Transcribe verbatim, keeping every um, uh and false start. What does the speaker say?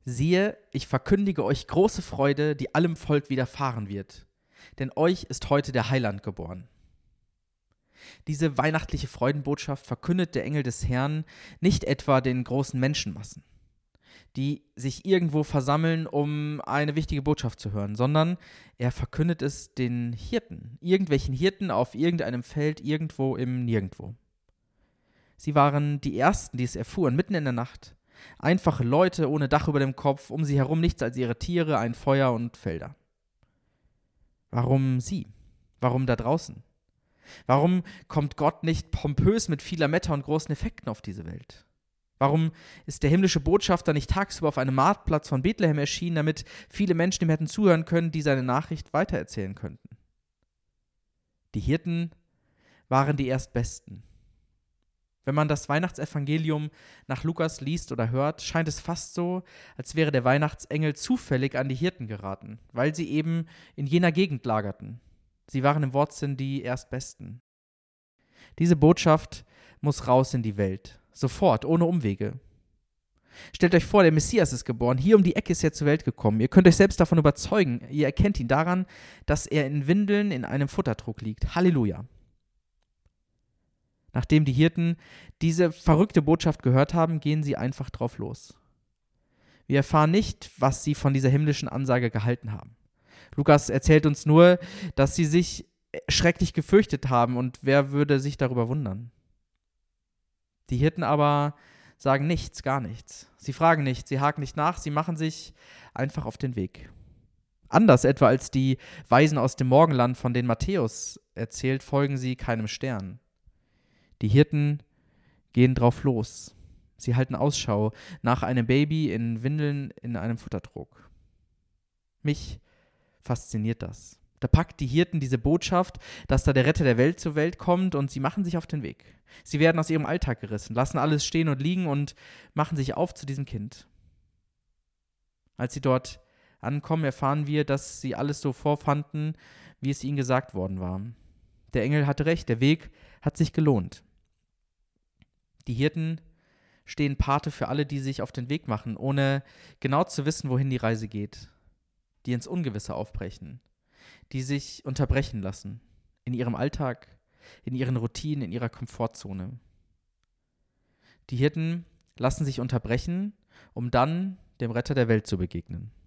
Siehe, ich verkündige euch große Freude, die allem Volk widerfahren wird, denn euch ist heute der Heiland geboren. Diese weihnachtliche Freudenbotschaft verkündet der Engel des Herrn nicht etwa den großen Menschenmassen, die sich irgendwo versammeln, um eine wichtige Botschaft zu hören, sondern er verkündet es den Hirten, irgendwelchen Hirten auf irgendeinem Feld, irgendwo im Nirgendwo. Sie waren die Ersten, die es erfuhren, mitten in der Nacht. Einfache Leute ohne Dach über dem Kopf, um sie herum nichts als ihre Tiere, ein Feuer und Felder. Warum sie? Warum da draußen? Warum kommt Gott nicht pompös mit vieler Meta und großen Effekten auf diese Welt? Warum ist der himmlische Botschafter nicht tagsüber auf einem Marktplatz von Bethlehem erschienen, damit viele Menschen ihm hätten zuhören können, die seine Nachricht weitererzählen könnten? Die Hirten waren die Erstbesten. Wenn man das Weihnachtsevangelium nach Lukas liest oder hört, scheint es fast so, als wäre der Weihnachtsengel zufällig an die Hirten geraten, weil sie eben in jener Gegend lagerten. Sie waren im Wortsinn die Erstbesten. Diese Botschaft muss raus in die Welt, sofort, ohne Umwege. Stellt euch vor, der Messias ist geboren, hier um die Ecke ist er zur Welt gekommen. Ihr könnt euch selbst davon überzeugen, ihr erkennt ihn daran, dass er in Windeln in einem Futtertrog liegt. Halleluja! Nachdem die Hirten diese verrückte Botschaft gehört haben, gehen sie einfach drauf los. Wir erfahren nicht, was sie von dieser himmlischen Ansage gehalten haben. Lukas erzählt uns nur, dass sie sich schrecklich gefürchtet haben, und wer würde sich darüber wundern? Die Hirten aber sagen nichts, gar nichts. Sie fragen nicht, sie haken nicht nach, sie machen sich einfach auf den Weg. Anders etwa als die Weisen aus dem Morgenland, von denen Matthäus erzählt, folgen sie keinem Stern. Die Hirten gehen drauf los. Sie halten Ausschau nach einem Baby in Windeln in einem Futtertrog. Mich fasziniert das. Da packt die Hirten diese Botschaft, dass da der Retter der Welt zur Welt kommt, und sie machen sich auf den Weg. Sie werden aus ihrem Alltag gerissen, lassen alles stehen und liegen und machen sich auf zu diesem Kind. Als sie dort ankommen, erfahren wir, dass sie alles so vorfanden, wie es ihnen gesagt worden war. Der Engel hatte recht, der Weg hat sich gelohnt. Die Hirten stehen Pate für alle, die sich auf den Weg machen, ohne genau zu wissen, wohin die Reise geht, die ins Ungewisse aufbrechen, die sich unterbrechen lassen, in ihrem Alltag, in ihren Routinen, in ihrer Komfortzone. Die Hirten lassen sich unterbrechen, um dann dem Retter der Welt zu begegnen.